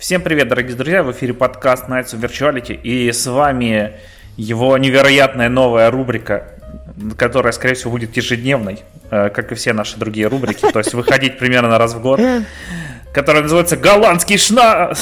Всем привет, дорогие друзья, в эфире подкаст Nights of Virtuality, и с вами его невероятная новая рубрика, которая, скорее всего, будет ежедневной, как и все наши другие рубрики, то есть выходить примерно раз в год, которая называется «Голландский шнапс».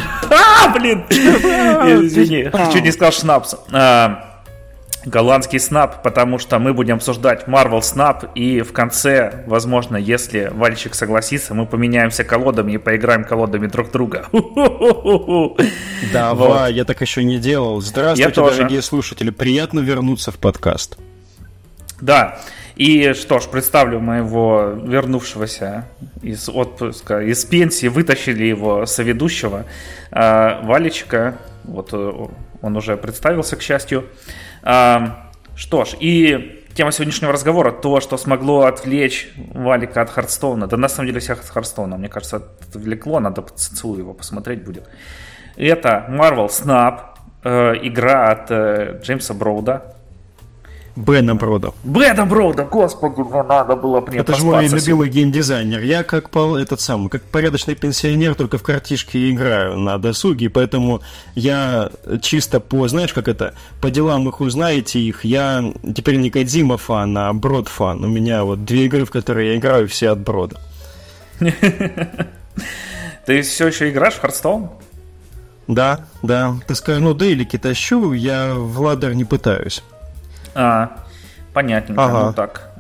Извини, чуть не сказал шнапс. Голландский снап, потому что мы будем обсуждать Marvel Snap, и в конце, возможно, если Вальчик согласится, мы поменяемся колодами и поиграем колодами друг друга. Давай, вот. Я так еще не делал. Здравствуйте, дорогие слушатели, приятно вернуться в подкаст. Да, и что ж, представлю моего вернувшегося из отпуска, из пенсии, вытащили его соведущего Валечка, вот он уже представился, к счастью. Что ж, и тема сегодняшнего разговора то, что смогло отвлечь Валика от Хардстоуна. Да на самом деле всех от Хардстоуна, мне кажется, отвлекло, надо по ЦЦУ его посмотреть будет. Это Marvel Snap, игра от Джеймса Броуда. Бена Броуда, господи, мне надо было мне это же мой любимый геймдизайнер. Я как порядочный пенсионер, только в картишки играю на досуге, поэтому я чисто по делам их узнаете их. Я теперь не Кодзима фан, а Брод фан. У меня вот 2 игры, в которые я играю, все от Брода. Ты все еще играешь в Hearthstone? Да, таскаю, дейлики тащу, я в ладер не пытаюсь. Понятненько, ну так.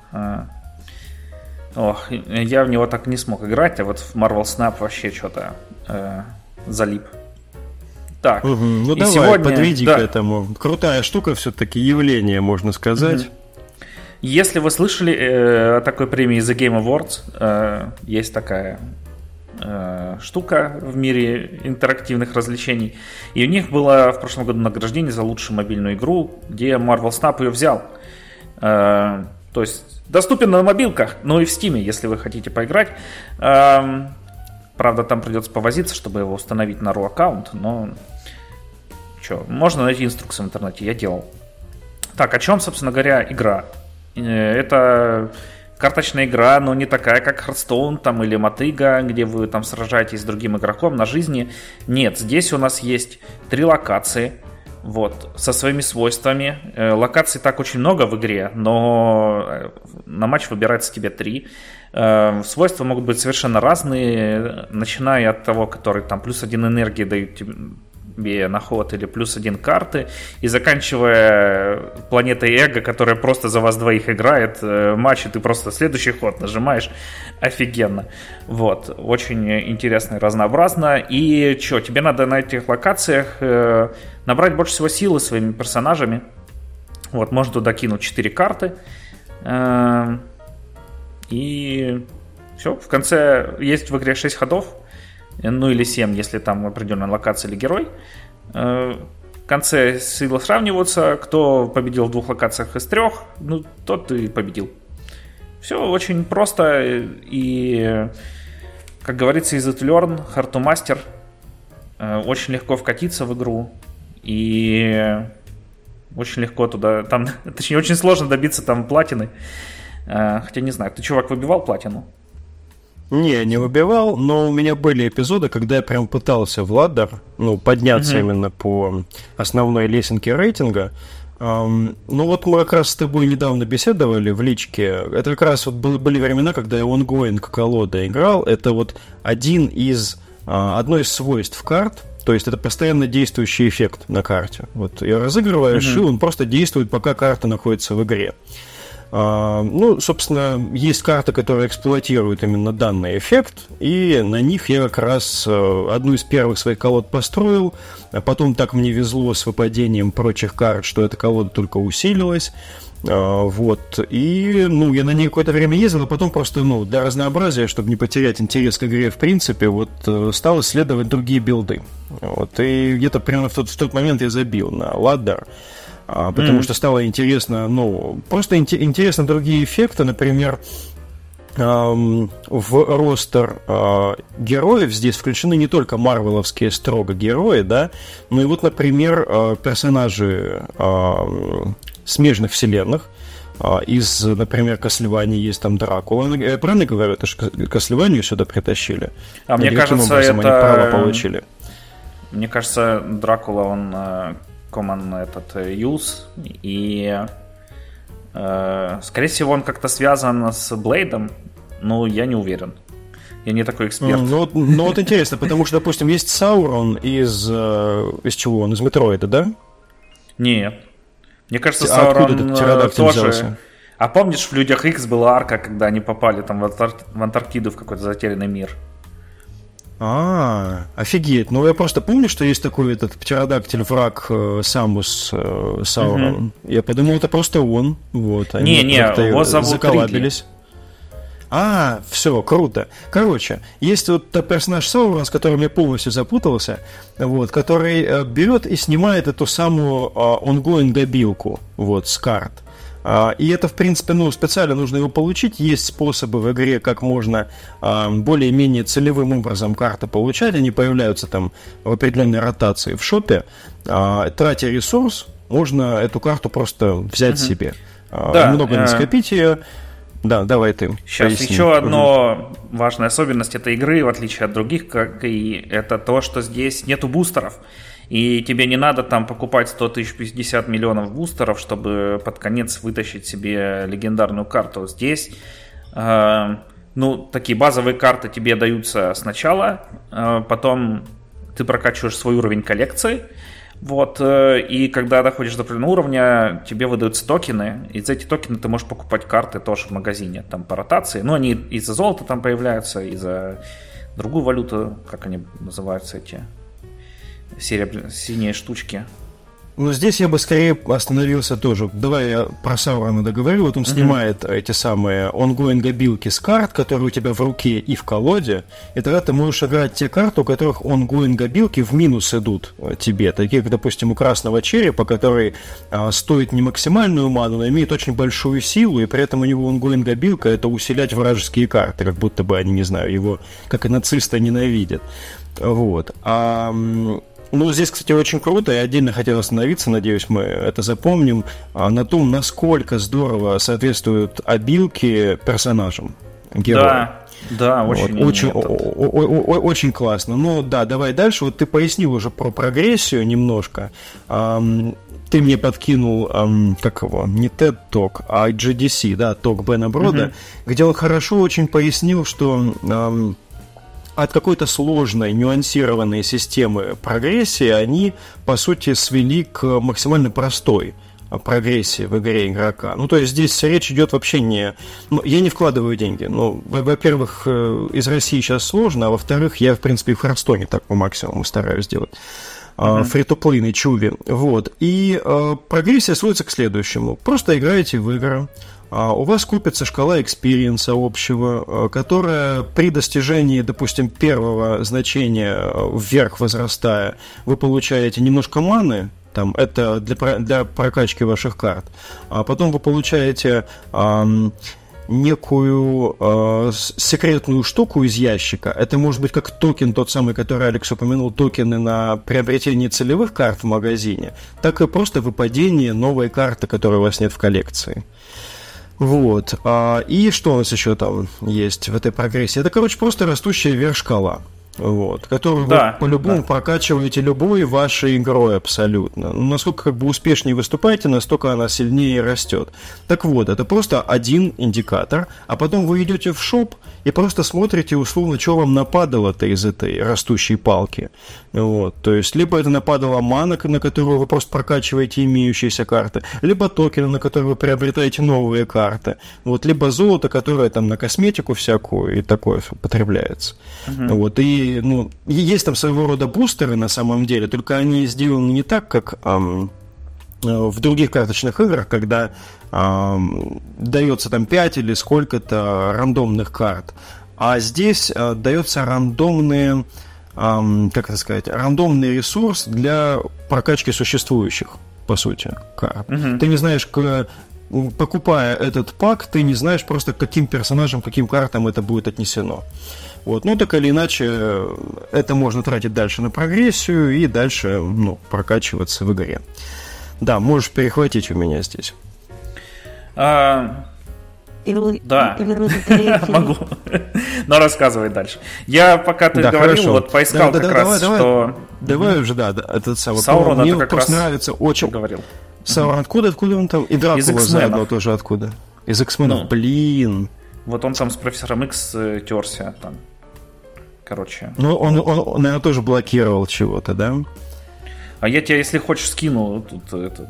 Я в него так не смог играть, а вот в Marvel Snap вообще что-то залип. Так, Ну давай, сегодня... подведи к этому. Крутая штука все-таки, явление, можно сказать. Если вы слышали о такой премии The Game Awards, есть такая штука в мире интерактивных развлечений, и у них было в прошлом году награждение за лучшую мобильную игру, где Marvel Snap ее взял. То есть доступен на мобилках, но и в Steam, если вы хотите поиграть. Правда, там придется повозиться, чтобы его установить на RAW аккаунт, но можно найти инструкцию в интернете, я делал. Так, о чем, собственно говоря, игра? Это карточная игра, но не такая, как Hearthstone там, или Мотыга, где вы там сражаетесь с другим игроком на жизни. Нет, здесь у нас есть 3 локации, вот, со своими свойствами. Локаций так очень много в игре, но на матч выбирается тебе 3. Свойства могут быть совершенно разные, начиная от того, который там +1 энергии дают тебе на ход, или +1 карты, и заканчивая планетой Эго, которая просто за вас двоих играет матч, и ты просто следующий ход нажимаешь. Офигенно. Вот. Очень интересно и разнообразно. И тебе надо на этих локациях набрать больше всего силы своими персонажами. Вот, можно туда кинуть 4 карты. И все. В конце есть в игре 6 ходов. Ну или 7, если там определенная локация или герой. В конце силы сравниваются. Кто победил в 2 локациях из 3, тот и победил. Все очень просто. И, как говорится, easy to learn, hard to master. Очень легко вкатиться в игру. И очень легко туда... Точнее, очень сложно добиться там платины. Хотя не знаю, ты, чувак, выбивал платину? Не выбивал, но у меня были эпизоды, когда я прям пытался в ладдер, подняться именно по основной лесенке рейтинга. Вот мы как раз с тобой недавно беседовали в личке. Это как раз вот были времена, когда я ongoing колода играл. Это вот одно из свойств карт. То есть это постоянно действующий эффект на карте. Вот ее разыгрываешь, и он просто действует, пока карта находится в игре. Собственно, есть карты, которые эксплуатируют именно данный эффект, и на них я как раз одну из первых своих колод построил, а потом так мне везло с выпадением прочих карт, что эта колода только усилилась. И я на ней какое-то время ездил, а потом просто, для разнообразия, чтобы не потерять интерес к игре в принципе, стал исследовать другие билды. И где-то примерно в тот момент я забил на ладдер, потому что стало интересно, просто интересно другие эффекты. Например, в ростер героев здесь включены не только марвеловские строго герои, да, но и например, персонажи смежных вселенных. Из, например, Castlevania есть там Дракула. Я правильно говорю, это же Castlevania сюда притащили? А мне кажется, это... они права получили? Мне кажется, Дракула, он common этот use, и скорее всего он как-то связан с Блейдом, но я не уверен. Я не такой эксперт. Ну вот интересно, потому что, допустим, есть Саурон из чего он? Из Метроида, да? Нет. Мне кажется, Саурон тоже... Взялся? А помнишь, в Людях Икс была арка, когда они попали там в Антарктиду, в какой-то затерянный мир? Офигеть. Ну, я просто помню, что есть такой этот птеродактиль, враг Самус Саурон. Я подумал, это просто он. Вот. Они его зовут заколабились. Все, круто. Короче, есть вот персонаж Саурон, с которым я полностью запутался, вот, который берет и снимает эту самую ongoing-добилку вот, с карт. И это, в принципе, специально нужно его получить. Есть способы в игре, как можно более-менее целевым образом карты получать. Они появляются там в определенной ротации в шопе. Тратя ресурс, можно эту карту просто взять себе. Немного не скопить ее. Да, давай ты. Сейчас поясни. Еще одна важная особенность этой игры, в отличие от других, это то, что здесь нету бустеров. И тебе не надо там покупать 100 50 миллионов бустеров, чтобы под конец вытащить себе легендарную карту. Здесь, такие базовые карты тебе даются сначала, потом ты прокачиваешь свой уровень коллекции. Вот, и когда доходишь до определенного уровня, тебе выдаются токены, и за эти токены ты можешь покупать карты тоже в магазине, там по ротации. Они из-за золота там появляются, и за другую валюту, как они называются, эти синие штучки. Здесь я бы скорее остановился тоже. Давай я про Саурона договорю. Вот он снимает эти самые ongoing-обилки с карт, которые у тебя в руке и в колоде, и тогда ты можешь играть те карты, у которых ongoing-обилки в минус идут тебе. Такие, как, допустим, у Красного Черепа, который стоит не максимальную ману, но имеет очень большую силу, и при этом у него ongoing-обилка — это усилять вражеские карты, как будто бы они, не знаю, его, как и нацисты, ненавидят. Вот. Здесь, кстати, очень круто, и отдельно хотел остановиться, надеюсь, мы это запомним, на том, насколько здорово соответствуют обилки персонажам, героям. Да, очень классно. Давай дальше. Вот ты пояснил уже про прогрессию немножко. Ты мне подкинул, не TED Talk, а GDC, да, Talk Бена Брода, где он хорошо очень пояснил, что... от какой-то сложной, нюансированной системы прогрессии они, по сути, свели к максимально простой прогрессии в игре игрока. То есть здесь речь идет вообще не... я не вкладываю деньги. Во-первых, из России сейчас сложно, а во-вторых, я, в принципе, в Хардстоне так по максимуму стараюсь сделать. Фри-то-плей на чуве. Вот. И прогрессия сводится к следующему. Просто играете в игры, у вас купится шкала экспириенса общего, которая при достижении, допустим, первого значения вверх возрастая, вы получаете немножко маны, там, это для прокачки ваших карт, а потом вы получаете некую секретную штуку из ящика. Это может быть как токен, тот самый, который Алекс упомянул, токены на приобретение целевых карт в магазине, так и просто выпадение новой карты, которой у вас нет в коллекции. Вот. И что у нас еще там есть в этой прогрессии? Это, просто растущая вверх шкала. Вот, которую вы по-любому прокачиваете любой вашей игрой абсолютно. Насколько успешнее выступаете, настолько она сильнее растет. Так вот, это просто один индикатор, а потом вы идете в шоп и просто смотрите, условно, что вам нападало-то из этой растущей палки. Вот, то есть, либо это нападала мана, на которую вы просто прокачиваете имеющиеся карты, либо токены, на которые вы приобретаете новые карты, вот, либо золото, которое там на косметику всякую и такое употребляется. Вот, и есть там своего рода бустеры на самом деле, только они сделаны не так, как в других карточных играх, когда дается там 5 или сколько-то рандомных карт, а здесь дается рандомный рандомный ресурс для прокачки существующих, по сути, карт. Ты не знаешь, покупая этот пак, ты не знаешь просто, каким персонажам, каким картам это будет отнесено. Вот. Так или иначе, это можно тратить дальше на прогрессию и дальше прокачиваться в игре. Да, можешь перехватить у меня здесь. Да, могу. Но рассказывай дальше. Я, пока ты говорил, вот поискал как раз, что... Давай уже, этот самый... Саурон, мне это как просто раз... нравится очень... говорил. Саурон, откуда он там? И Дракула заодно тоже откуда? Из X-Men, блин. Вот он там с Профессором Икс терся там. Короче. Ну, он, наверное, тоже блокировал чего-то, да? А я тебе, если хочешь, скину тут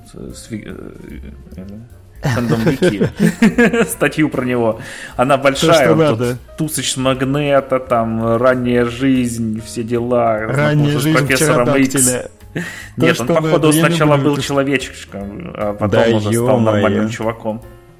фэндом Вики статью про него. Она большая. Тусыч Магнета, там ранняя жизнь, все дела. Ранняя жизнь профессором Икс. Нет, он, походу, сначала был человечком, а потом уже стал нормальным чуваком.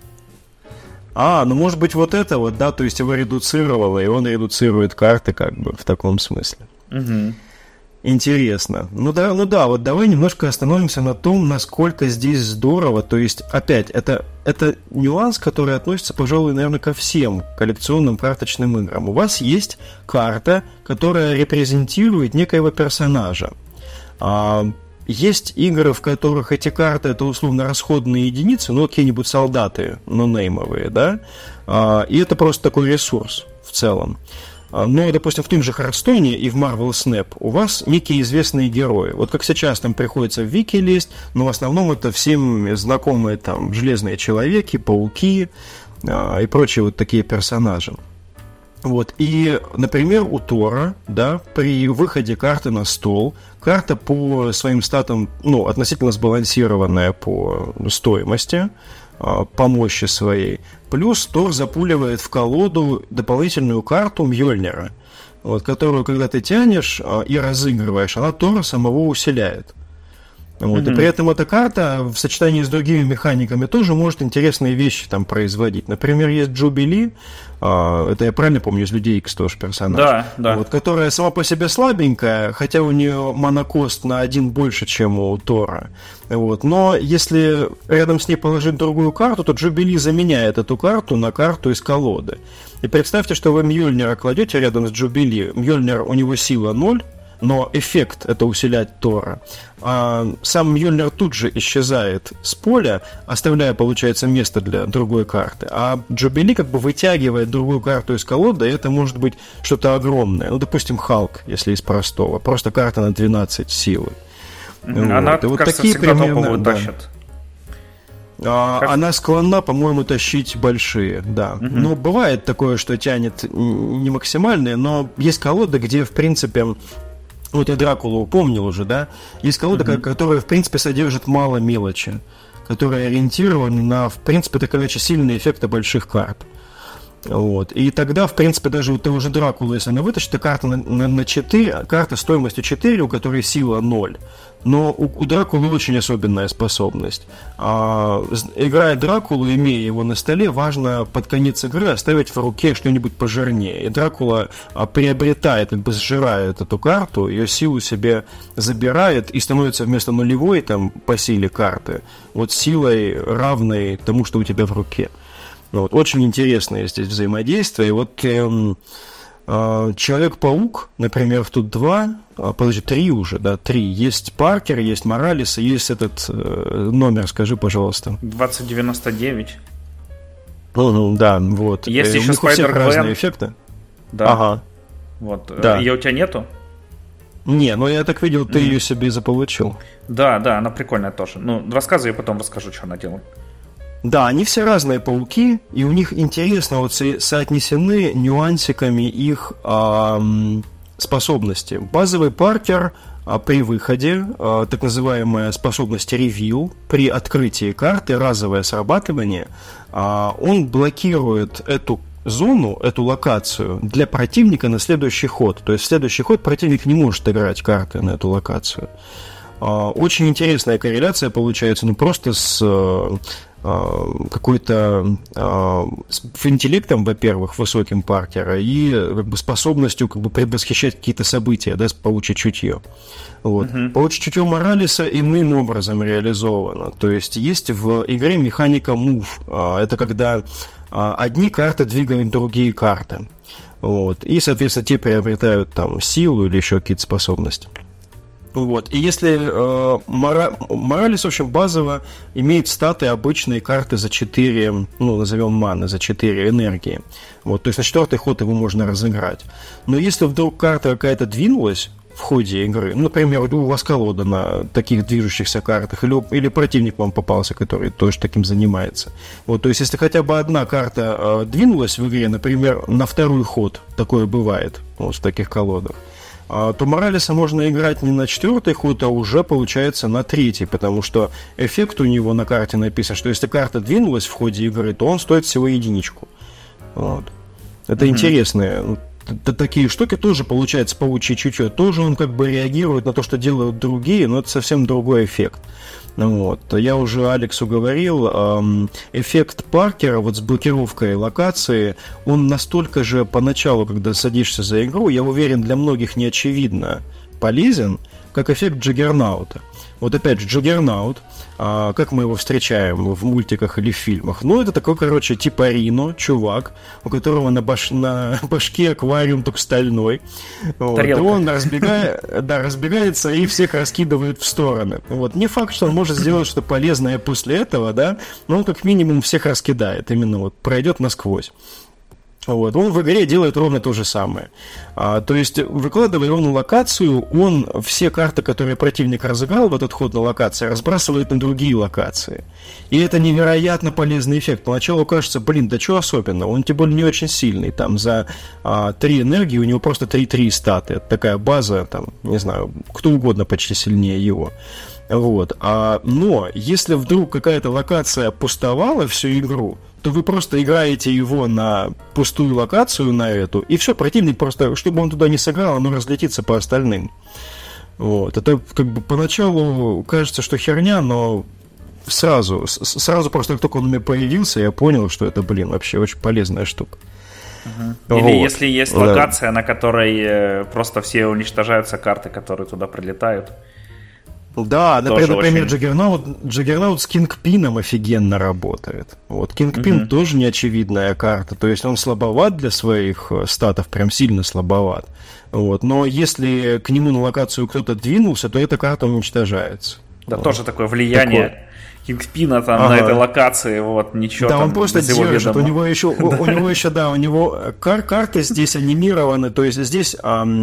Ну может быть вот это вот, да, то есть его редуцировало, и он редуцирует карты как бы в таком смысле. Угу. Интересно. Ну да, вот давай немножко остановимся на том, насколько здесь здорово. То есть, опять, это нюанс, который относится, пожалуй, наверное, ко всем коллекционным карточным играм. У вас есть карта, которая репрезентирует некоего персонажа. Есть игры, в которых эти карты это условно расходные единицы, ну, какие-нибудь солдаты, нонеймовые, да, и это просто такой ресурс в целом. Но, допустим, в том же Hearthstone и в Marvel Snap у вас некие известные герои. Вот как сейчас там приходится в Вики лезть, но в основном это всем знакомые там Железные Человеки, Пауки и прочие вот такие персонажи. Вот, и, например, у Тора, да, при выходе карты на стол, карта по своим статам, ну, относительно сбалансированная по стоимости, по мощи своей, плюс Тор запуливает в колоду дополнительную карту Мьёльнира, вот, которую, когда ты тянешь и разыгрываешь, она Тора самого усиляет. Вот, и при этом эта карта в сочетании с другими механиками тоже может интересные вещи там производить. Например, есть Джубили, это я правильно помню, из Людей Икс тоже персонаж, да. Вот, которая сама по себе слабенькая, хотя у нее монокост на 1 больше, чем у Тора. Вот, но если рядом с ней положить другую карту, то Джубили заменяет эту карту на карту из колоды. И представьте, что вы Мьёльнира кладете рядом с Джубили. Мьёльнир, у него сила 0, но эффект это усилять Тора. Сам Мьёльнир тут же исчезает с поля, оставляя, получается, место для другой карты. А Джубили как бы вытягивает другую карту из колоды, и это может быть что-то огромное. Ну, допустим, Халк, если из простого. Просто карта на 12 силы. Она, вот. И вот кажется, такие всегда примерно, топовую тащит. Она склонна, по-моему, тащить большие, да. Но бывает такое, что тянет не максимальные, но есть колоды, где, в принципе... Вот я Дракулу упомнил уже, да? Есть колода, которая, в принципе, содержит мало мелочи, которая ориентирована на, в принципе, такие сильные эффекты больших карт. Вот. И тогда, в принципе, даже у того же Дракулы, если она вытащит, то карта на 4, карта стоимостью 4, у которой сила 0. Но у Дракулы очень особенная способность. Играя Дракулу, имея его на столе, важно под конец игры оставить в руке что-нибудь пожирнее. И Дракула приобретает, как бы сжирает эту карту, ее силу себе забирает и становится вместо нулевой там, по силе карты вот силой, равной тому, что у тебя в руке. Вот. Очень интересное здесь взаимодействие. И вот Человек-паук, например, тут 2, подожди, 3 уже, да, 3. Есть Паркер, есть Моралес, есть этот номер, скажи, пожалуйста. 2099. Ну, да, вот. Есть у еще них у всех Spider-Gwen. разные эффекты. Да. Ага. Вот. Да. Ее у тебя нету? Не, ну я так видел, ты ее себе заполучил. Да, она прикольная тоже. Ну, рассказывай, я потом расскажу, что она делает. Да, они все разные пауки, и у них интересно вот соотнесены нюансиками их способности. Базовый Паркер при выходе, так называемая способность ревил, при открытии карты, разовое срабатывание, он блокирует эту зону, эту локацию для противника на следующий ход. То есть в следующий ход противник не может играть карты на эту локацию. Очень интересная корреляция получается, ну просто с какой-то с интеллектом, во-первых, высоким Паркера, и как бы способностью как бы предвосхищать какие-то события, да, с паучье чутье. Вот. Паучье чутье Моралеса иным образом реализовано. То есть есть в игре механика move. Это когда одни карты двигают другие карты. Вот. И, соответственно, те приобретают там силу или еще какие-то способности. Вот. И если Моралес, в общем, базово имеет статы обычные карты за 4, ну, назовем маны, за 4 энергии. Вот, то есть на 4-й ход его можно разыграть. Но если вдруг карта какая-то двинулась в ходе игры, ну, например, у вас колода на таких движущихся картах, или противник вам попался, который тоже таким занимается. Вот, то есть если хотя бы одна карта двинулась в игре, например, на 2-й ход, такое бывает вот в таких колодах, то Моралеса можно играть не на 4-й ход, а уже, получается, на 3-й, потому что эффект у него на карте написан, что если карта двинулась в ходе игры, то он стоит всего 1. Вот. Это интересные такие штуки, тоже получается паучье чутье, тоже он как бы реагирует на то, что делают другие, но это совсем другой эффект. Вот. Я уже Алексу говорил, эффект Паркера вот с блокировкой локации, он настолько же поначалу, когда садишься за игру, я уверен, для многих не очевидно полезен, как эффект Джаггернаута. Вот опять же, Джаггернаут, как мы его встречаем в мультиках или в фильмах? Ну, это такой, короче, типа Рино, чувак, у которого на башке аквариум только стальной. Вот. И он разбегается и всех раскидывает в стороны. Вот. Не факт, что он может сделать что-то полезное после этого, да, но он как минимум всех раскидает, именно вот пройдет насквозь. Вот. Он в игре делает ровно то же самое. То есть, выкладывая ровно локацию, он все карты, которые противник разыграл в этот ход на локации, разбрасывает на другие локации. И это невероятно полезный эффект. Поначалу кажется, да что особенного, он тем более не очень сильный. Там за 3 энергии у него просто 3-3 статы. Это такая база, там, не знаю, кто угодно почти сильнее его. Вот. Но если вдруг какая-то локация пустовала всю игру, то вы просто играете его на пустую локацию, на эту, и все, противник просто, чтобы он туда не сыграл, оно разлетится по остальным. Вот. Это как бы поначалу кажется, что херня, но сразу просто как только он у меня появился, я понял, что это, вообще очень полезная штука. Или вот. Если есть локация, на которой просто все уничтожаются карты, которые туда прилетают. Да, например, Джаггернаут с Кингпином офигенно работает. Вот, Кингпин тоже неочевидная карта, то есть он слабоват для своих статов, прям сильно слабоват. Вот, но если к нему на локацию кто-то двинулся, то эта карта уничтожается. Да, вот. Тоже такое влияние Кингпина там на этой локации, вот, ничего да, там. Да, он просто держит, у него еще, карты здесь анимированы, то есть здесь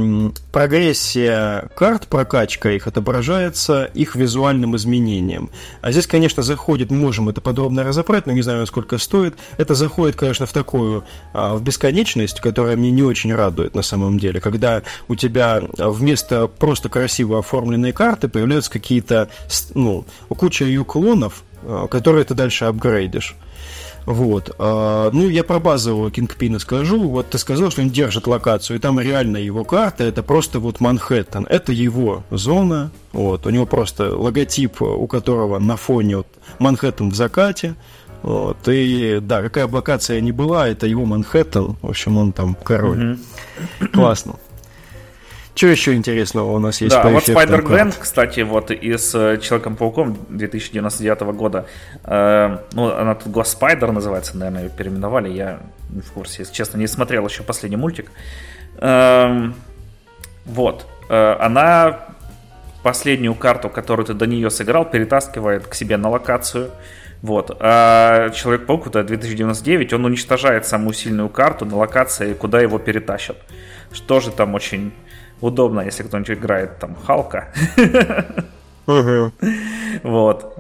прогрессия карт, прокачка их отображается их визуальным изменением. А здесь, конечно, заходит, мы можем это подробно разобрать, но не знаю, сколько стоит. Это заходит, конечно, в такую, в бесконечность, которая мне не очень радует на самом деле, когда у тебя вместо просто красиво оформленной карты появляются какие-то, куча ее клонов, которые ты дальше апгрейдишь. Вот. Ну, я про базового Кингпина скажу. Вот ты сказал, что он держит локацию, и там реально его карта, это просто вот Манхэттен. Это его зона. Вот. У него просто логотип, у которого на фоне вот Манхэттен в закате. Вот. И да, какая бы локация ни была, это его Манхэттен. В общем, он там король. Классно. Что еще интересного у нас есть? Да, вот Spider-Gwen, кстати, вот из Человеком-пауком 2099 года. Она тут Ghost Spider называется, наверное, ее переименовали. Я не в курсе, если честно, не смотрел еще последний мультик. Вот. Она последнюю карту, которую ты до нее сыграл, перетаскивает к себе на локацию. Вот. А Человек-паук, это 2099, он уничтожает самую сильную карту на локации, куда его перетащат. Что же там очень удобно, если кто-нибудь играет там Халка. Вот.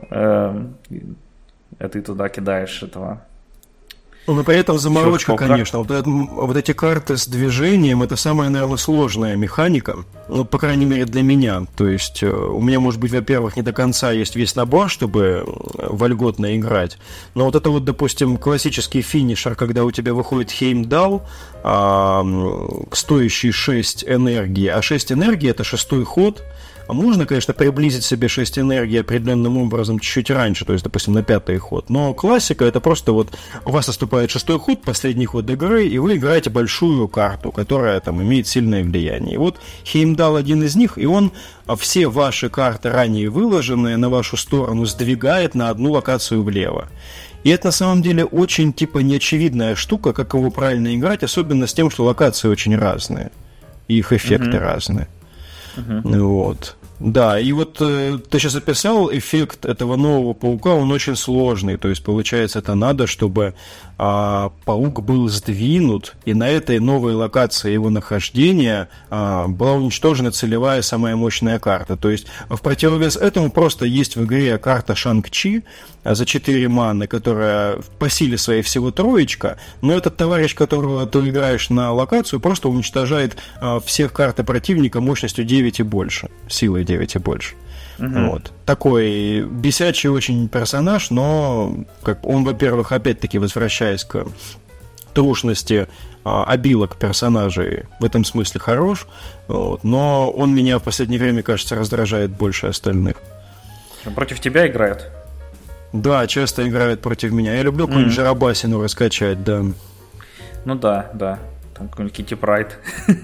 И ты туда кидаешь этого. Но при этом заморочка, конечно. Вот эти карты с движением, это самая, наверное, сложная механика. Ну, по крайней мере, для меня. То есть, у меня, может быть, во-первых, не до конца есть весь набор, чтобы вольготно играть. Но вот это вот, допустим, классический финишер, когда у тебя выходит Хеймдал, стоящий 6 энергии. А 6 энергии — это 6-й ход. А можно, конечно, приблизить себе 6 энергий определенным образом чуть-чуть раньше, то есть, допустим, на 5-й ход. Но классика — это просто вот у вас наступает 6-й ход, последний ход игры, и вы играете большую карту, которая там имеет сильное влияние. И вот Хеймдал один из них, и он все ваши карты, ранее выложенные на вашу сторону, сдвигает на одну локацию влево. И это на самом деле очень неочевидная штука, как его правильно играть, особенно с тем, что локации очень разные, и их эффекты разные. Вот. Да, и вот ты сейчас описал эффект этого нового паука, он очень сложный. То есть, получается, это надо, чтобы паук был сдвинут, и на этой новой локации его нахождения была уничтожена целевая самая мощная карта. То есть, в противовес этому просто есть в игре карта Шанг-Чи за 4 маны, которая по силе своей всего 3, но этот товарищ, которого ты играешь на локацию, просто уничтожает всех карты противника мощностью 9 и больше, силой 9 и больше. Вот. Такой бесячий очень персонаж, но как он, во-первых, опять-таки возвращаясь к трушности обилок персонажей, в этом смысле хорош, вот, но он меня в последнее время, кажется, раздражает больше остальных. Против тебя играют? Да, часто играют против меня. Я люблю какую-нибудь Жарабасину раскачать, да. Ну да, там какой-нибудь Китти Прайд.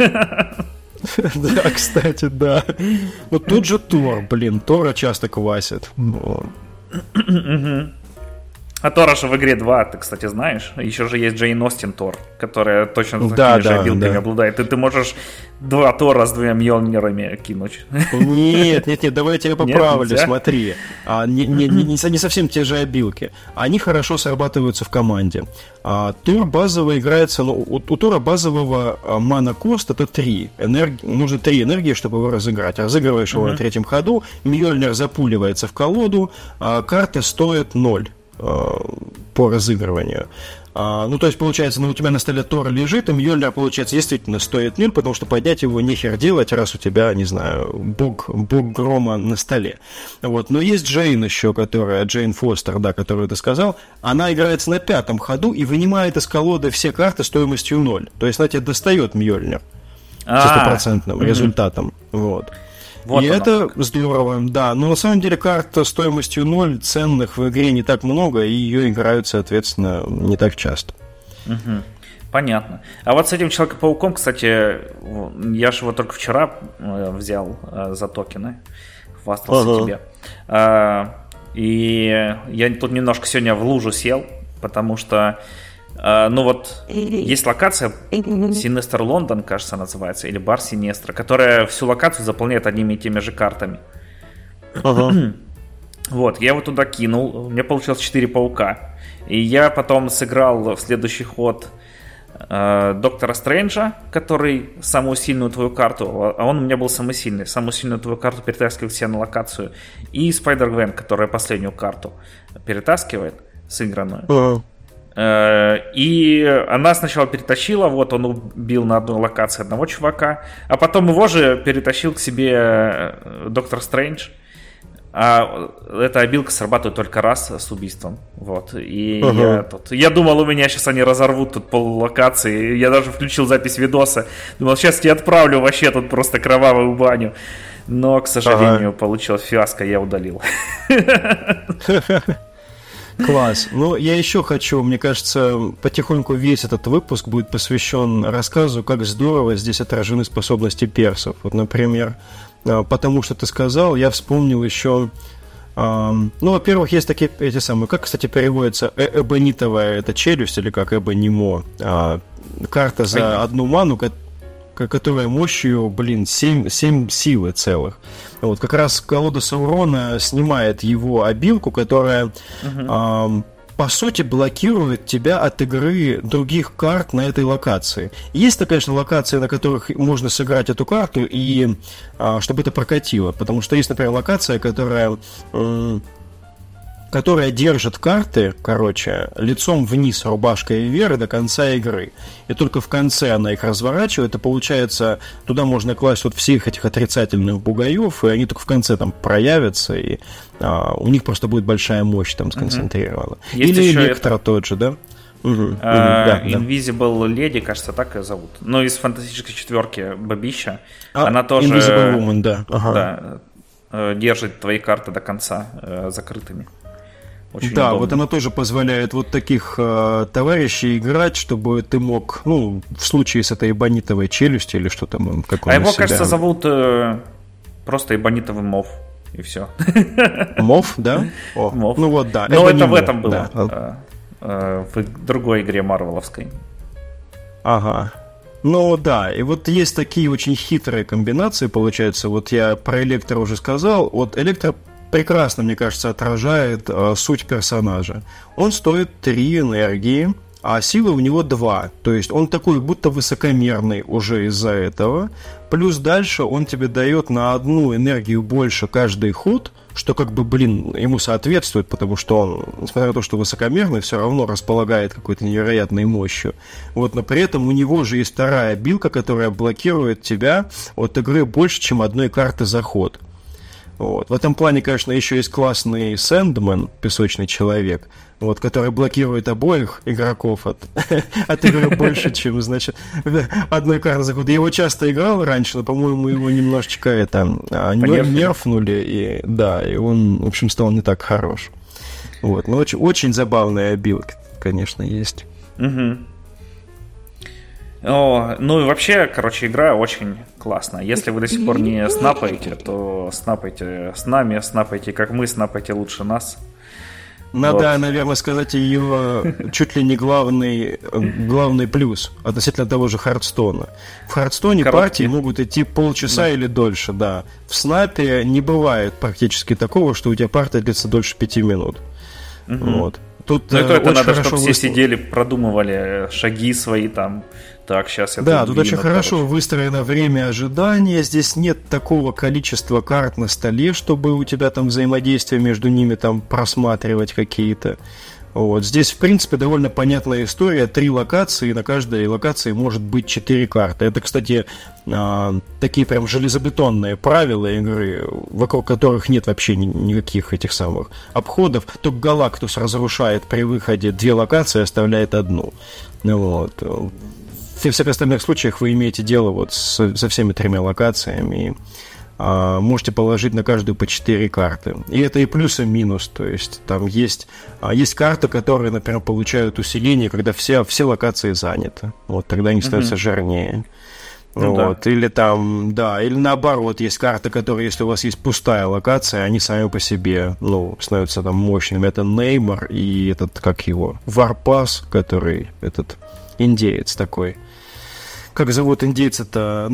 Да, кстати, да. Но тут же Тор, Тора часто квасит. А Тора же в игре 2, ты, кстати, знаешь. Еще же есть Джейн Остин Тор, которая точно такими же обилками обладает. И ты можешь 2 Тора с 2 Мьёльнирами кинуть. Нет, давай я тебя поправлю, смотри. Не совсем те же обилки. Они хорошо срабатываются в команде. Тор базово играется, у Тора базового мана-кост это 3. Нужно 3 энергии, чтобы его разыграть. Разыгрываешь его на 3-м ходу, Мьёльнир запуливается в колоду, карта стоит 0 по разыгрыванию. То есть, получается, у тебя на столе Тор лежит, и Мьёльнир, получается, действительно стоит 0, потому что поднять его нехер делать, раз у тебя, не знаю, бог грома на столе. Вот. Но есть Джейн еще, Джейн Фостер, да, которую ты сказал, она играется на 5-м ходу и вынимает из колоды все карты стоимостью 0. То есть, она тебе достает Мьёльнир со 100% результатом. Вот. Вот и это здорово, да. Но на самом деле карт стоимостью 0 ценных в игре не так много, и ее играют, соответственно, не так часто. Понятно. А вот с этим Человеком-пауком, кстати, я же его только вчера взял за токены. Хвастался тебе. И я тут немножко сегодня в лужу сел, потому что есть локация Синестр Лондон, кажется, называется, или Бар Синестра, которая всю локацию заполняет одними и теми же картами. Вот, я его туда кинул, у меня получилось 4 паука. И я потом сыграл в следующий ход Доктора Стрэнджа, который самую сильную твою карту, а он у меня был самый сильный, самую сильную твою карту перетаскивает себе на локацию. И Спайдер-Гвен, которая последнюю карту перетаскивает, сыгранную. И она сначала перетащила, вот он убил на одной локации одного чувака, а потом его же перетащил к себе Доктор Стрэндж. А эта обилка срабатывает только раз с убийством. Вот. И я думал, у меня сейчас они разорвут тут поллокации. Я даже включил запись видоса. Думал, сейчас я отправлю вообще тут просто кровавую баню. Но, к сожалению, получилось фиаско, я удалил. Класс. Я еще хочу, мне кажется, потихоньку весь этот выпуск будет посвящен рассказу, как здорово здесь отражены способности персов. Вот, например, потому что ты сказал, я вспомнил еще... во-первых, есть такие эти самые... Как, кстати, переводится эбонитовая это челюсть, или как эбонимо? Карта за одну ману, которая мощью, 7 силы целых. Вот, как раз колода Саурона снимает его обилку, которая, по сути, блокирует тебя от игры других карт на этой локации. Есть-то, конечно, локации, на которых можно сыграть эту карту, и чтобы это прокатило. Потому что есть, например, локация, которая держит карты, лицом вниз, рубашкой вверх до конца игры. И только в конце она их разворачивает, и получается, туда можно класть вот всех этих отрицательных бугаев, и они только в конце там проявятся, и у них просто будет большая мощь там сконцентрирована. Или Электро тот же, да? Invisible Lady, кажется, так ее зовут. Но из фантастической четверки бабища. Она тоже... Invisible Woman, да. Держит твои карты до конца закрытыми. Очень да, удобно. Вот она тоже позволяет вот таких товарищей играть, чтобы ты мог, в случае с этой эбонитовой челюстью или что там, как он его, кажется, зовут просто эбонитовый мов, и все. Мов, да? Мов. Ну вот, да. Но это в этом было, в другой игре марвеловской. Ага. Ну да, и вот есть такие очень хитрые комбинации, получается, вот я про Электро уже сказал, вот Электро прекрасно, мне кажется, отражает суть персонажа. Он стоит 3 энергии, а силы у него 2, то есть он такой будто высокомерный уже из-за этого, плюс дальше он тебе дает на 1 энергию больше каждый ход, что как бы, ему соответствует, потому что он, несмотря на то, что высокомерный, все равно располагает какой-то невероятной мощью. Вот, но при этом у него же есть вторая билка, которая блокирует тебя от игры больше, чем 1 карты за ход. Вот. В этом плане, конечно, еще есть классный Сэндман, песочный человек, вот, который блокирует обоих игроков от игры больше, чем, значит, 1 карты за ход. Я его часто играл раньше, но, по-моему, его немножечко нерфнули, и да, и он, в общем, стал не так хорош. Вот. Но очень, очень забавная билка, конечно, есть. Угу. Ну и вообще, короче, игра очень классная. Если вы до сих пор не снапаете, то снапайте с нами, снапайте как мы, снапайте лучше нас. Надо, вот, наверное, сказать ее чуть ли не главный плюс относительно того же Хардстона. В Хардстоне партии могут идти полчаса или дольше, да. В снапе не бывает практически такого, что у тебя партия длится дольше 5 минут. Вот. Тут это надо, чтобы все сидели, продумывали шаги свои там. Так, сейчас я... Да, тут очень хорошо выстроено время ожидания. Здесь нет такого количества карт на столе, чтобы у тебя там взаимодействие между ними там просматривать какие-то. Вот. Здесь, в принципе, довольно понятная история. 3 локации, на каждой локации может быть 4 карты. Это, кстати, такие прям железобетонные правила игры, вокруг которых нет вообще никаких этих самых обходов. Только Галактус разрушает при выходе 2 локации, оставляет 1. Вот. В всех остальных случаях вы имеете дело вот со всеми 3 локациями. Можете положить на каждую по 4 карты. И это и плюс, и минус. То есть там есть карты, которые, например, получают усиление, когда все локации заняты. Вот тогда они становятся жирнее. Ну, вот. Да. Или там, да, или наоборот, есть карты, которые, если у вас есть пустая локация, они сами по себе, становятся там мощными. Это Неймар и этот, как его, Варпас, который, этот индеец такой. Как зовут индейца-то?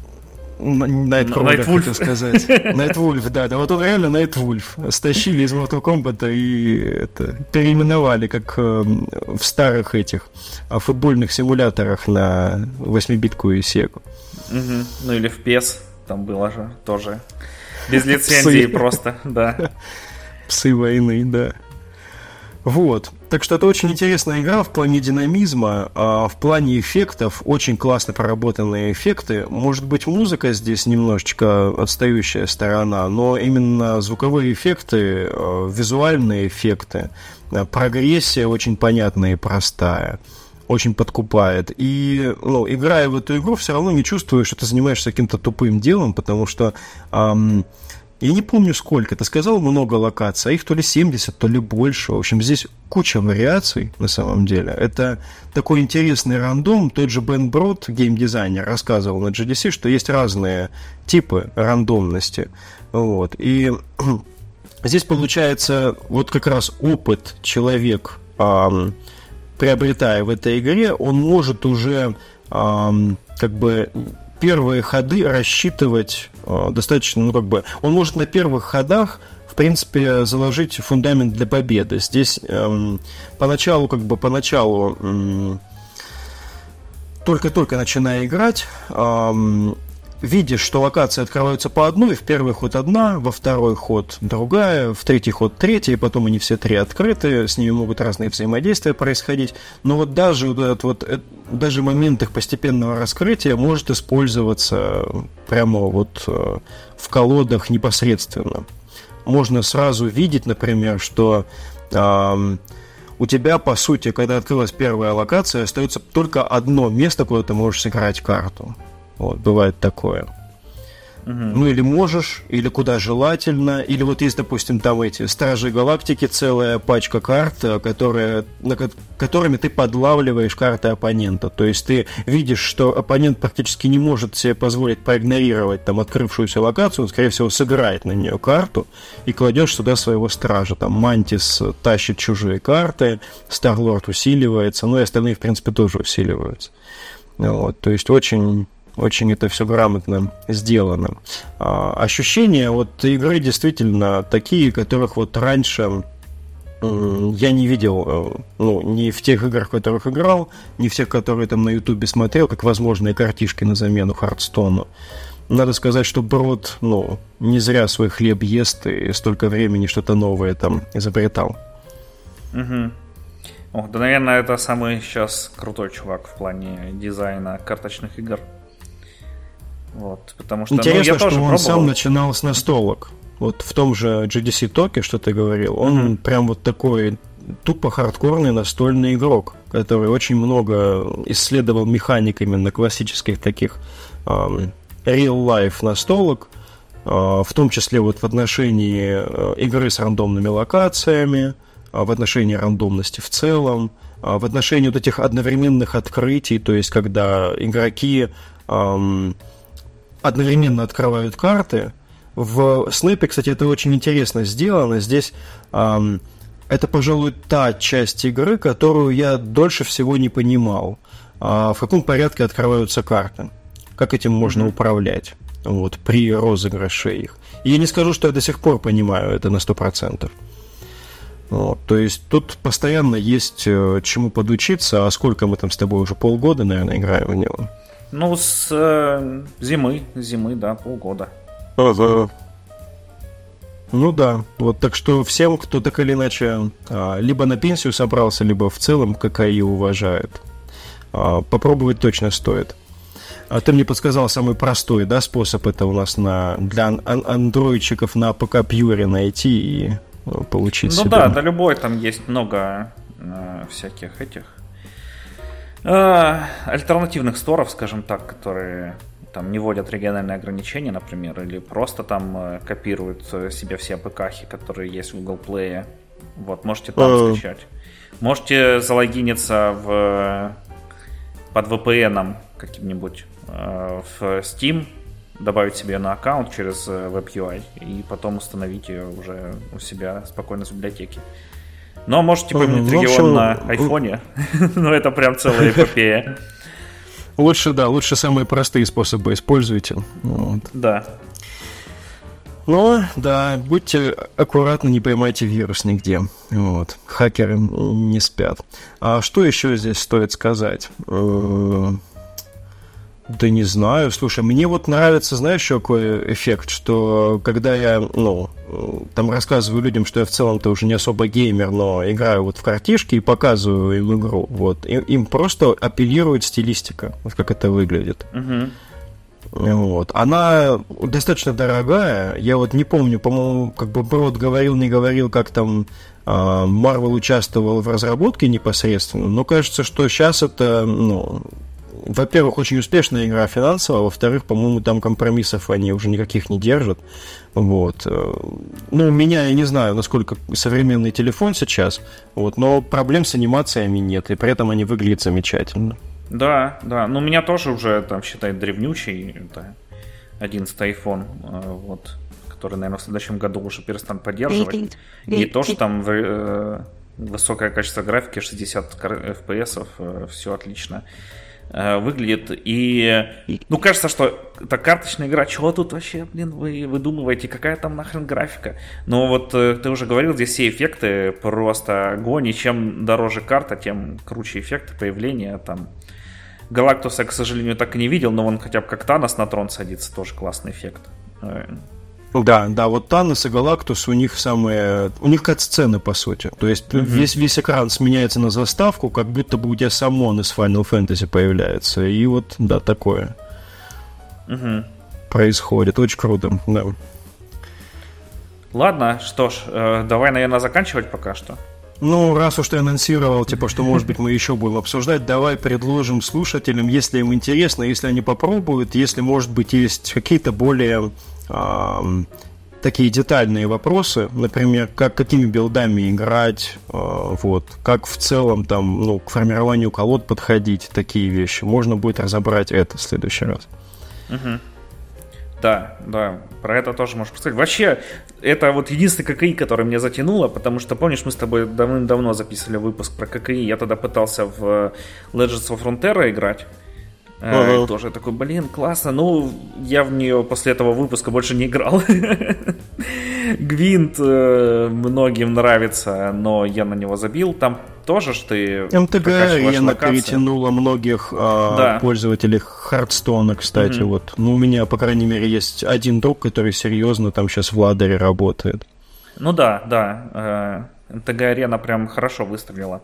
Найтвульф, хотел сказать. Найтвульф, да. Вот он реально Найтвульф. Стащили из Mortal Kombat и переименовали, как в старых этих футбольных симуляторах на 8-битку и Сегу. Ну или в PES там было же тоже. Без лицензии просто, да. Псы войны, да. Вот. Так что это очень интересная игра в плане динамизма, а в плане эффектов очень классно проработанные эффекты. Может быть, музыка здесь немножечко отстающая сторона, но именно звуковые эффекты, визуальные эффекты, прогрессия очень понятная и простая, очень подкупает. И, играя в эту игру, все равно не чувствуешь, что ты занимаешься каким-то тупым делом, потому что... я не помню сколько, ты сказал много локаций, а их то ли 70, то ли больше. В общем, здесь куча вариаций на самом деле. Это такой интересный рандом. Тот же Бен Брод, геймдизайнер, рассказывал на GDC, что есть разные типы рандомности. Вот. И здесь получается вот как раз опыт человек, приобретая в этой игре, он может уже первые ходы рассчитывать достаточно, он может на первых ходах, в принципе, заложить фундамент для победы. Здесь поначалу, только-только начиная играть, видишь, что локации открываются по одной, в первый ход одна, во второй ход другая, в третий ход третья, и потом они все 3 открыты, с ними могут разные взаимодействия происходить. Но вот даже даже момент их постепенного раскрытия может использоваться прямо в колодах непосредственно. Можно сразу видеть, например, что у тебя, по сути, когда открылась первая локация, остается только одно место, куда ты можешь сыграть карту. Вот, бывает такое. Или можешь, или куда желательно, или вот есть, допустим, там эти Стражи Галактики, целая пачка карт, которыми ты подлавливаешь карты оппонента. То есть ты видишь, что оппонент практически не может себе позволить проигнорировать там открывшуюся локацию, он, скорее всего, сыграет на нее карту и кладешь сюда своего стража. Там Мантис тащит чужие карты, Старлорд усиливается, и остальные, в принципе, тоже усиливаются. Вот, то есть очень это все грамотно сделано. Ощущения от игры действительно такие, которых вот раньше я не видел, ни в тех играх, в которых играл, ни в тех, которые там на Ютубе смотрел, как возможные картишки на замену Хардстону. Надо сказать, что Брод, не зря свой хлеб ест и столько времени что-то новое там изобретал. Угу. Да, наверное, это самый сейчас крутой чувак в плане дизайна карточных игр. Вот, потому что, интересно, я тоже что он пробовал. сам начинал с настолок. Вот в том же GDC Токе, что ты говорил, он прям вот такой тупо хардкорный настольный игрок, который очень много исследовал механик именно классических таких real-life настолок, в том числе вот в отношении игры с рандомными локациями, в отношении рандомности в целом, в отношении вот этих одновременных открытий, то есть когда игроки одновременно открывают карты. В Снэпе, кстати, это очень интересно сделано. Здесь это, пожалуй, та часть игры, которую я дольше всего не понимал. В каком порядке открываются карты? Как этим можно управлять при розыгрыше их? И я не скажу, что я до сих пор понимаю это на 100%. То есть тут постоянно есть чему подучиться. А сколько мы там с тобой уже полгода, наверное, играем в него? С зимы, да, полгода. Да. Да, вот так что всем, кто так или иначе либо на пенсию собрался, либо в целом ККИ уважает, попробовать точно стоит. Ты мне подсказал самый простой, да, способ это у нас для андроидчиков на ПК Pure найти и получить себе. Да, любой там есть много всяких этих альтернативных сторов, скажем так, которые там не вводят региональные ограничения, например, или просто там копируют себе все АПК-хи, которые есть в Google Play. Вот, можете там скачать. Можете залогиниться под VPN каким-нибудь в Steam, добавить себе на аккаунт через WebUI и потом установить ее уже у себя спокойно с библиотеки. Но можете поменять регион на айфоне, но это прям целая эпопея. Лучше самые простые способы используйте. Да. Да, будьте аккуратны, не поймайте вирус нигде. Хакеры не спят. А что еще здесь стоит сказать? Да не знаю. Слушай, мне вот нравится, знаешь, еще какой эффект, что когда я, там рассказываю людям, что я в целом-то уже не особо геймер, но играю вот в картишки и показываю им игру, им просто апеллирует стилистика, вот как это выглядит. Она достаточно дорогая. Я вот не помню, по-моему, как бы Брод говорил, не говорил, как там Marvel участвовал в разработке непосредственно, но кажется, что сейчас это, во-первых, очень успешная игра финансово, во-вторых, по-моему, там компромиссов они уже никаких не держат. У меня, я не знаю, насколько современный телефон сейчас, но проблем с анимациями нет, и при этом они выглядят замечательно. Да. У меня тоже уже, там, считай, древнючий, это 11-й iPhone, который, наверное, в следующем году уже перестанут поддерживать. И тоже там высокое качество графики, 60 FPS, все отлично выглядит. И кажется, что это карточная игра. Чего тут вообще, вы выдумываете? Какая там нахрен графика? Но ты уже говорил, здесь все эффекты просто огонь. И чем дороже карта, тем круче эффекты появления. Там Галактуса, к сожалению, так и не видел, но он хотя бы как Танос на трон садится, тоже классный эффект. Да, вот Танос и Галактус у них кат-сцены, по сути. То есть весь экран сменяется на заставку, как будто бы у тебя самон из Final Fantasy появляется. И такое происходит. Очень круто, да. Ладно, что ж, давай, наверное, заканчивать пока что. Раз уж ты анонсировал, что, может быть, мы еще будем обсуждать, давай предложим слушателям, если им интересно, если они попробуют, если, может быть, есть какие-то более такие детальные вопросы, например, какими билдами играть, как в целом там, к формированию колод подходить, такие вещи. Можно будет разобрать это в следующий раз. Да, про это тоже можешь представить. Вообще, это единственный ККИ, который меня затянуло, потому что, помнишь, мы с тобой давным-давно записывали выпуск про ККИ, я тогда пытался в Legends of Frontera играть, Тоже такой, блин, классно. Ну, я в нее после этого выпуска больше не играл. Гвинт многим нравится, но я на него забил. Там тоже ж ты МТГ-арена перетянула многих пользователей Хардстона, кстати. Вот. Ну, у меня, по крайней мере, есть один друг, который серьезно там сейчас в ладере работает. Ну да. МТГ-арена прям хорошо выстрелила.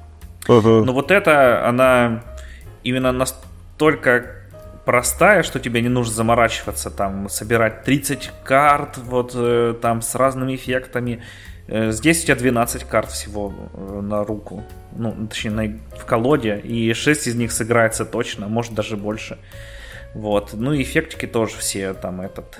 Но вот эта, она именно настолько простая, что тебе не нужно заморачиваться, там, собирать 30 карт, вот, там, с разными эффектами. Здесь у тебя 12 карт всего на руку, ну, точнее, в колоде, и 6 из них сыграется точно, может, даже больше. Вот, ну, и эффектики тоже все, там,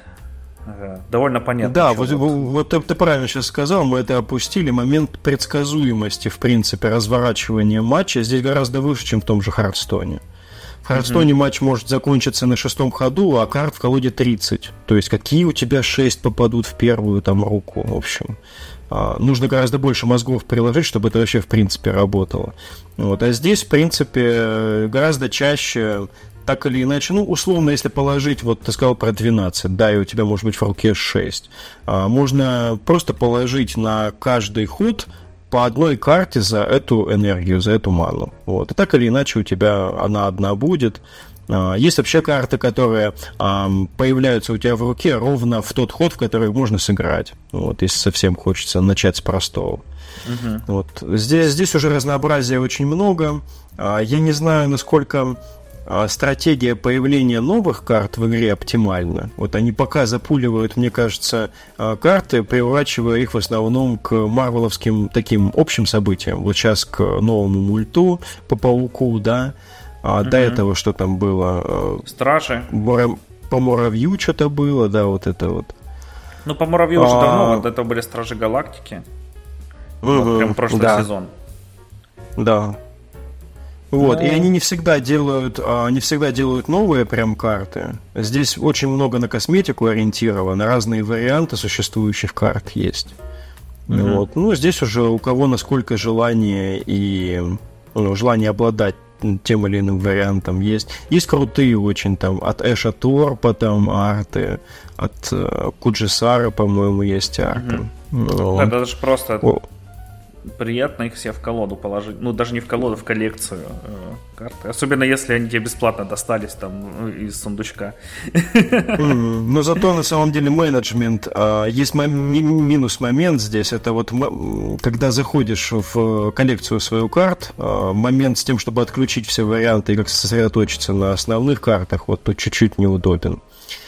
довольно понятно. Да, вот ты правильно сейчас сказал, мы это опустили. Момент предсказуемости, в принципе, разворачивания матча здесь гораздо выше, чем в том же Хардстоне. В Хардстоне матч может закончиться на 6-м ходу, а карт в колоде 30. То есть какие у тебя 6 попадут в первую там руку, в общем. Нужно гораздо больше мозгов приложить, чтобы это вообще в принципе работало. Вот. А здесь, в принципе, гораздо чаще, так или иначе, ну, условно, если положить, вот ты сказал про 12, да, и у тебя может быть в руке 6. Можно просто положить на каждый ход по одной карте за эту энергию, за эту ману. Вот. И так или иначе у тебя она одна будет. Есть вообще карты, которые появляются у тебя в руке ровно в тот ход, в который можно сыграть. Вот, если совсем хочется начать с простого. Вот. Здесь уже разнообразия очень много. Я не знаю, насколько стратегия появления новых карт в игре оптимальна. Вот они пока запуливают, мне кажется, карты, приурачивая их в основном к марвеловским таким общим событиям. Вот сейчас к новому мульту по Пауку, да. До этого что там было? Стражи. По Муравью что-то было, да, вот это вот. Ну, по Муравью уже давно, вот это были Стражи Галактики. Вот, прям прошлый сезон. Да. Вот, и они не всегда делают новые прям карты. Здесь очень много на косметику ориентировано, разные варианты существующих карт есть. Вот. Ну, здесь уже у кого насколько желание и желание обладать тем или иным вариантом есть. Есть крутые очень там от Эша Торпа там арты, от Куджисара, по-моему, есть арты. Это даже просто приятно их себе в колоду положить. Ну, даже не в колоду, в коллекцию карты. Особенно если они тебе бесплатно достались там из сундучка. Но зато на самом деле менеджмент. Есть минус момент здесь. Это вот когда заходишь в коллекцию свою карт, момент с тем, чтобы отключить все варианты и как сосредоточиться на основных картах, вот тут чуть-чуть неудобен.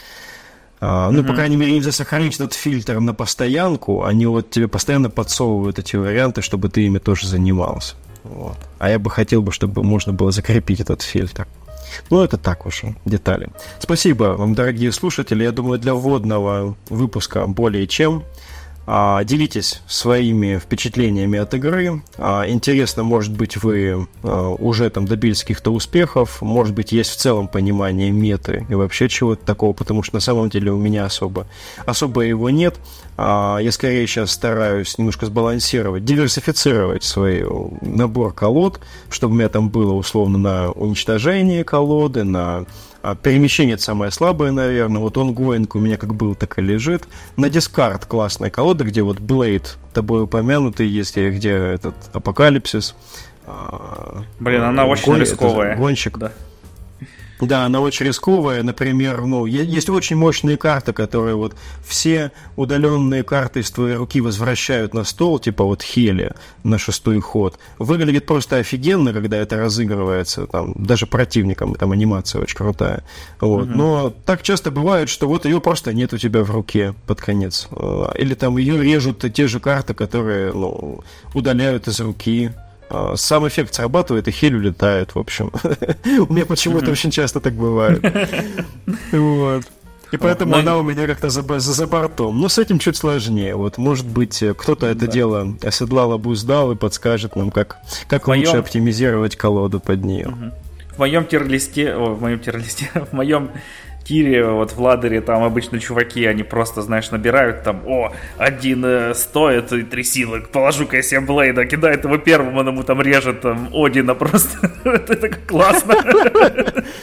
Ну, по крайней мере, нельзя сохранить этот фильтр на постоянку. Они вот тебе постоянно подсовывают эти варианты, чтобы ты ими тоже занимался. Вот. А я бы хотел, чтобы можно было закрепить этот фильтр. Ну, это так уж, детали. Спасибо вам, дорогие слушатели. Я думаю, для вводного выпуска более чем. Делитесь своими впечатлениями от игры. Интересно, может быть, вы уже там добились каких-то успехов. Может быть, есть в целом понимание меты и вообще чего-то такого, потому что на самом деле у меня особо его нет. Я скорее сейчас стараюсь немножко сбалансировать, диверсифицировать свой набор колод, чтобы у меня там было условно на уничтожение колоды, на перемещение — это самое слабое, наверное. Вот Ongoing у меня как был, так и лежит. На дискард классная колода, где вот Blade тобой упомянутый есть, где этот Апокалипсис. Блин, она очень рисковая. Гонщик. Да, она очень рисковая. Например, есть очень мощные карты, которые вот все удаленные карты из твоей руки возвращают на стол, типа вот Хели на 6-й ход. Выглядит просто офигенно, когда это разыгрывается, там, даже противникам, там анимация очень крутая. Вот. Но так часто бывает, что вот ее просто нет у тебя в руке под конец. Или там ее режут те же карты, которые удаляют из руки. Сам эффект срабатывает, и Хель улетает, в общем. У меня почему-то очень часто так бывает. Вот. И поэтому она у меня как-то за бортом. Но с этим чуть сложнее. Вот, может быть, кто-то это дело оседлал, обуздал и подскажет нам, как лучше оптимизировать колоду под нее. В моем тир-листе, в моем тире, вот в ладере, там обычно чуваки, они просто, знаешь, набирают там, один стоит и 3 силы, положу-ка я себе Блейда, кидает его первым, он ему там режет там Одина просто. Это как классно.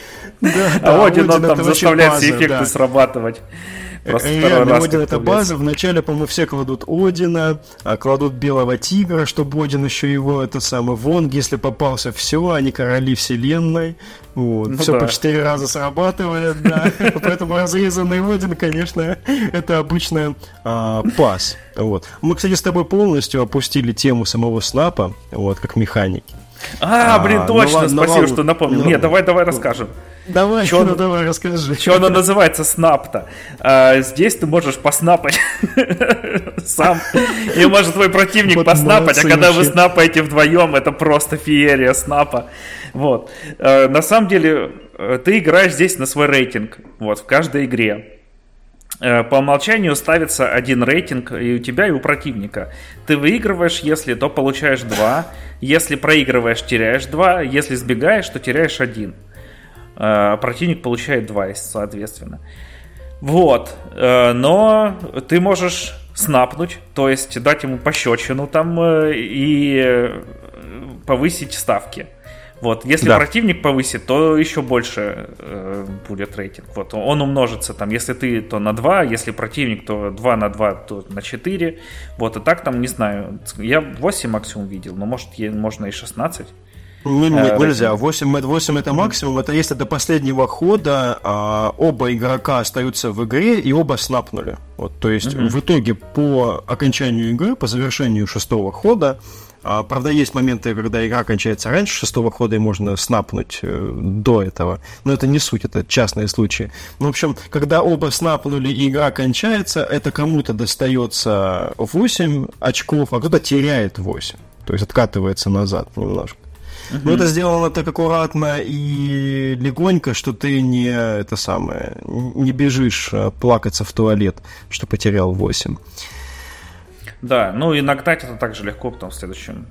А Один он там заставляет все эффекты срабатывать. Реально, Один это база. Вначале, по-моему, все кладут Одина, кладут Белого Тигра, чтобы Один еще его, это самое, Вонг, если попался, все, они короли вселенной. Вот. Все по 4 раза срабатывает, да. Поэтому разрезанный Один, конечно, это обычно пас. Вот. Мы, кстати, с тобой полностью опустили тему самого снапа, вот, как механики. Точно, спасибо, что напомнил. Нет, давай расскажем. Давай расскажи. Что оно называется снап-то? Здесь ты можешь поснапать сам. И может твой противник поснапать, а когда вы снапаете вдвоем, это просто феерия снапа. Вот. На самом деле, ты играешь здесь на свой рейтинг. Вот, в каждой игре. По умолчанию ставится один рейтинг и у тебя, и у противника. Ты выигрываешь, если то получаешь 2. Если проигрываешь, теряешь 2. Если сбегаешь, то теряешь 1. Противник получает 2, соответственно. Вот. Но ты можешь снапнуть, то есть дать ему пощечину там и повысить ставки. Вот. Если противник повысит, то еще больше будет рейтинг. Вот. Он умножится там, если ты, то на 2, если противник, то 2 на 2, то на 4. Вот. И так там, не знаю, я 8 максимум видел, но может можно и 16. Нельзя. 8 это максимум. Это если до последнего хода оба игрока остаются в игре и оба снапнули. Вот, то есть в итоге по окончанию игры, по завершению 6-го хода, правда, есть моменты, когда игра кончается раньше 6-го хода и можно снапнуть до этого. Но это не суть, это частные случаи. Ну, в общем, когда оба снапнули и игра кончается, это кому-то достается 8 очков, а кто-то теряет 8. То есть откатывается назад немножко. Но это сделано так аккуратно и легонько, что ты не бежишь плакаться в туалет, что потерял 8. Да, ну и нагнать это так же легко, потом в следующем.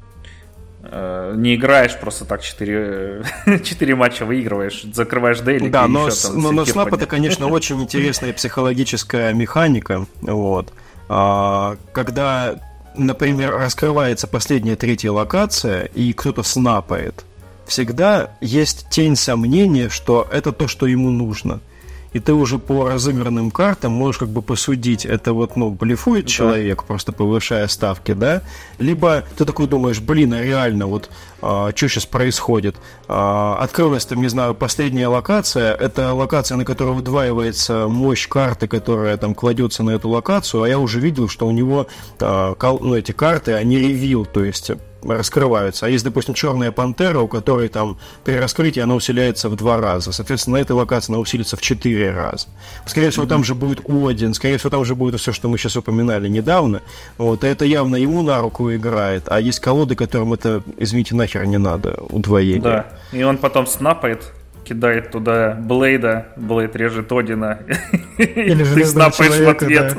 Не играешь просто так 4 матча выигрываешь, закрываешь дейлик. Да, но снап это, конечно, очень интересная психологическая механика. Вот. Когда, например, раскрывается последняя 3-я локация, и кто-то снапает, всегда есть тень сомнения, что это то, что ему нужно. И ты уже по разыгранным картам можешь как бы посудить, это вот, блефует человек, просто повышая ставки, да? Либо ты такой думаешь, а реально, вот, что сейчас происходит? Открылась там, не знаю, последняя локация, это локация, на которой удваивается мощь карты, которая там кладется на эту локацию, а я уже видел, что у него, эти карты, они ревил, то есть раскрываются. А есть, допустим, черная пантера, у которой там при раскрытии она усиляется в 2 раза. Соответственно, на этой локации она усилится в 4 раза. Скорее всего, там же будет Один, скорее всего, там же будет все, что мы сейчас упоминали недавно. Вот, и это явно ему на руку играет. А есть колоды, которым это, извините, нахер не надо, удвоение. Да, и он потом снапает, кидает туда Блейда, Блейд режет Одина, и ты снапаешь в ответ.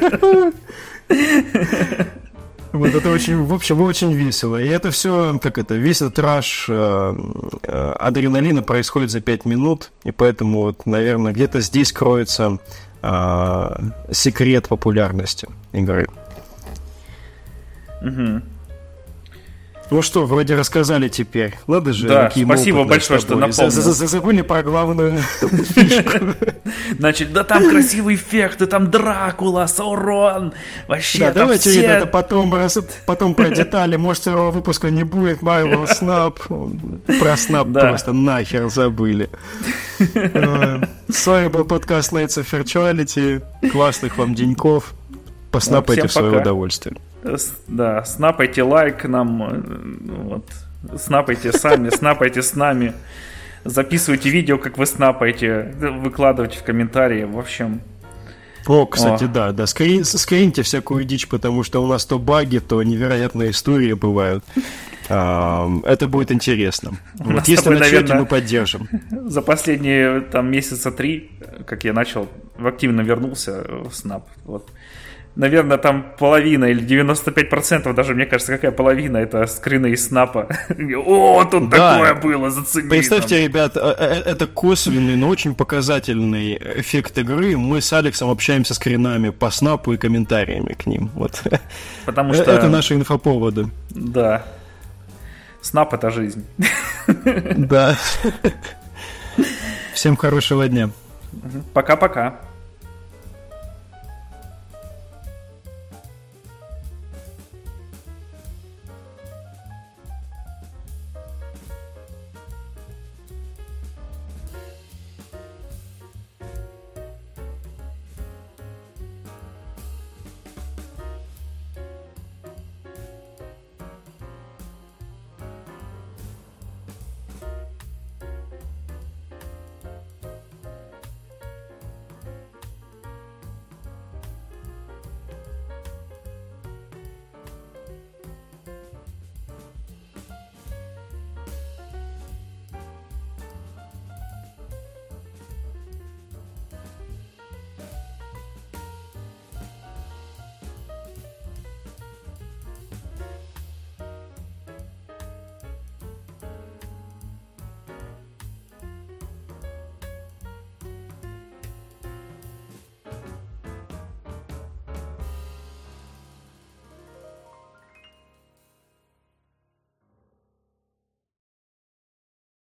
Вот это очень, в общем, очень весело. И это все, весь этот раш адреналина происходит за 5 минут. И поэтому, вот, наверное, где-то здесь кроется секрет популярности игры. Ну что, вроде рассказали теперь. Ладно же, да, спасибо большое, что напомнил. Забыли про главную фишку. Значит, да там красивые эффекты, там Дракула, Саурон. Вообще, да, там давайте, все... ребята, потом про детали. Может, второго выпуска не будет. Marvel Snap. Про Snap просто нахер забыли. С вами был подкаст Nights of Virtuality. Классных вам деньков. Поснапайте в свое удовольствие. Да, снапайте лайк нам, вот, снапайте сами, снапайте с нами, записывайте видео, как вы снапаете, выкладывайте в комментарии, в общем. Кстати, да, скриньте всякую дичь, потому что у нас то баги, то невероятные истории бывают. Это будет интересно. Вот если начнете, мы поддержим. За последние месяца 3, как я начал, активно вернулся в снап, вот. Наверное, там половина или 95%, даже, мне кажется, какая половина, это скрины из снапа. О, тут такое было, зацени. Представьте, ребят, это косвенный, но очень показательный эффект игры. Мы с Алексом общаемся скринами по снапу и комментариями к ним. Вот. Потому что... Это наши инфоповоды. Да. Снап — это жизнь. Да. Всем хорошего дня. Пока-пока.